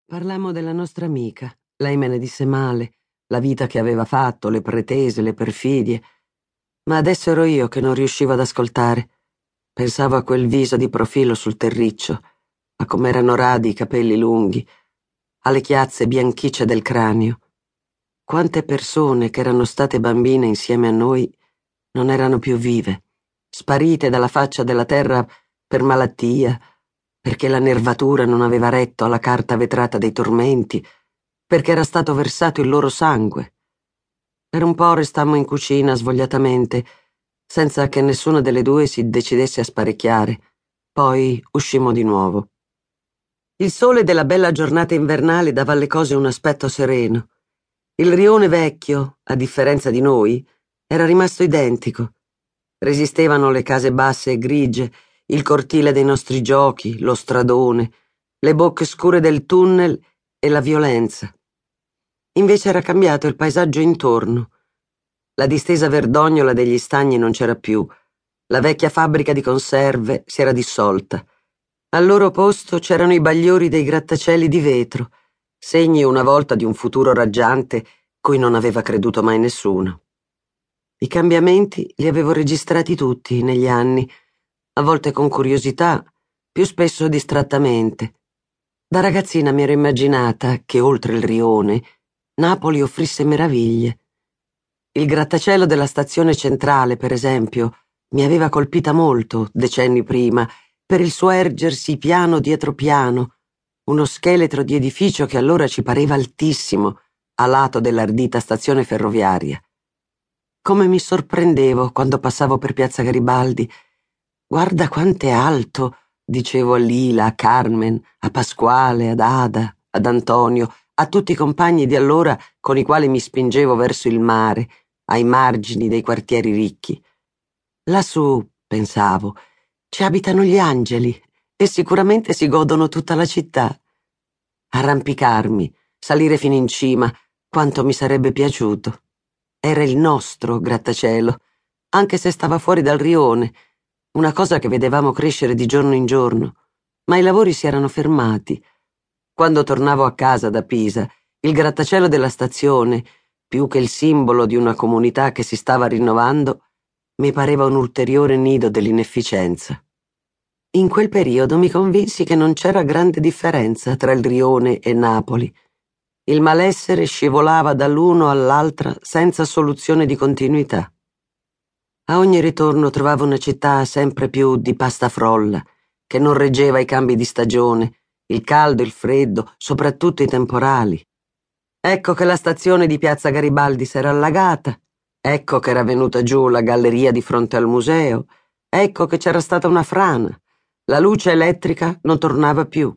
Parlammo della nostra amica. Lei me ne disse male, la vita che aveva fatto, le pretese, le perfidie. Ma adesso ero io che non riuscivo ad ascoltare. Pensavo a quel viso di profilo sul terriccio, a com'erano radi i capelli lunghi, alle chiazze bianchicce del cranio. Quante persone che erano state bambine insieme a noi non erano più vive, sparite dalla faccia della terra per malattia, perché la nervatura non aveva retto alla carta vetrata dei tormenti, perché era stato versato il loro sangue. Per un po' restammo in cucina svogliatamente, senza che nessuna delle due si decidesse a sparecchiare. Poi uscimmo di nuovo. Il sole della bella giornata invernale dava alle cose un aspetto sereno. Il rione vecchio, a differenza di noi, era rimasto identico. Resistevano le case basse e grigie, il cortile dei nostri giochi, lo stradone, le bocche scure del tunnel e la violenza. Invece era cambiato il paesaggio intorno. La distesa verdognola degli stagni non c'era più. La vecchia fabbrica di conserve si era dissolta. Al loro posto c'erano i bagliori dei grattacieli di vetro, segni una volta di un futuro raggiante cui non aveva creduto mai nessuno. I cambiamenti li avevo registrati tutti negli anni, a volte con curiosità, più spesso distrattamente. Da ragazzina mi ero immaginata che oltre il rione Napoli offrisse meraviglie. Il grattacielo della stazione centrale, per esempio, mi aveva colpita molto decenni prima per il suo ergersi piano dietro piano, uno scheletro di edificio che allora ci pareva altissimo a lato dell'ardita stazione ferroviaria. Come mi sorprendevo quando passavo per Piazza Garibaldi. Guarda quant'è alto, dicevo a Lila, a Carmen, a Pasquale, ad Ada, ad Antonio, a tutti i compagni di allora con i quali mi spingevo verso il mare, ai margini dei quartieri ricchi. Lassù, pensavo, ci abitano gli angeli e sicuramente si godono tutta la città. Arrampicarmi, salire fino in cima, quanto mi sarebbe piaciuto. Era il nostro grattacielo, anche se stava fuori dal rione, una cosa che vedevamo crescere di giorno in giorno, ma i lavori si erano fermati. Quando tornavo a casa da Pisa, il grattacielo della stazione, più che il simbolo di una comunità che si stava rinnovando, mi pareva un ulteriore nido dell'inefficienza. In quel periodo mi convinsi che non c'era grande differenza tra il rione e Napoli. Il malessere scivolava dall'uno all'altra senza soluzione di continuità. A ogni ritorno trovavo una città sempre più di pasta frolla, che non reggeva i cambi di stagione, il caldo, il freddo, soprattutto i temporali. Ecco che la stazione di Piazza Garibaldi s'era allagata, ecco che era venuta giù la galleria di fronte al museo, ecco che c'era stata una frana, la luce elettrica non tornava più.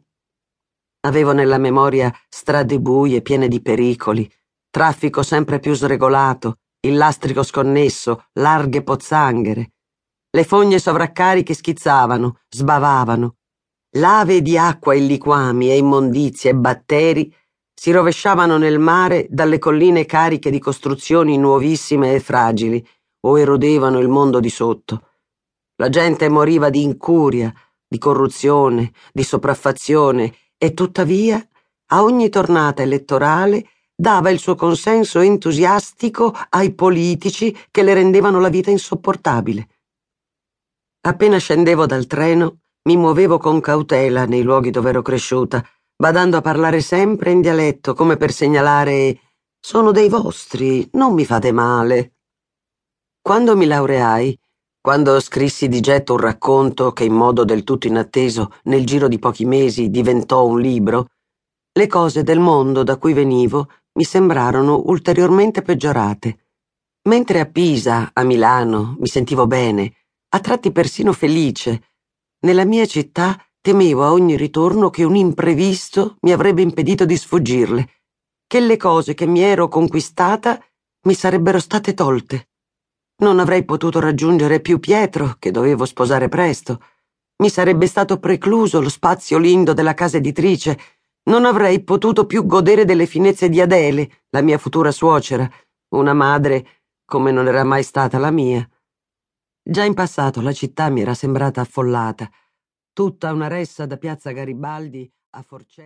Avevo nella memoria strade buie piene di pericoli, traffico sempre più sregolato, il lastrico sconnesso, larghe pozzanghere. Le fogne sovraccariche schizzavano, sbavavano. Lave di acqua e liquami e immondizie e batteri si rovesciavano nel mare dalle colline cariche di costruzioni nuovissime e fragili o erodevano il mondo di sotto. La gente moriva di incuria, di corruzione, di sopraffazione e tuttavia a ogni tornata elettorale dava il suo consenso entusiastico ai politici che le rendevano la vita insopportabile. Appena scendevo dal treno, mi muovevo con cautela nei luoghi dove ero cresciuta, badando a parlare sempre in dialetto, come per segnalare «Sono dei vostri, non mi fate male». Quando mi laureai, quando scrissi di getto un racconto che in modo del tutto inatteso, nel giro di pochi mesi, diventò un libro, le cose del mondo da cui venivo mi sembrarono ulteriormente peggiorate. Mentre a Pisa, a Milano, mi sentivo bene, a tratti persino felice, nella mia città temevo a ogni ritorno che un imprevisto mi avrebbe impedito di sfuggirle, che le cose che mi ero conquistata mi sarebbero state tolte. Non avrei potuto raggiungere più Pietro, che dovevo sposare presto. Mi sarebbe stato precluso lo spazio lindo della casa editrice. Non avrei potuto più godere delle finezze di Adele, la mia futura suocera, una madre come non era mai stata la mia. Già in passato la città mi era sembrata affollata, tutta una ressa da Piazza Garibaldi a Forcella.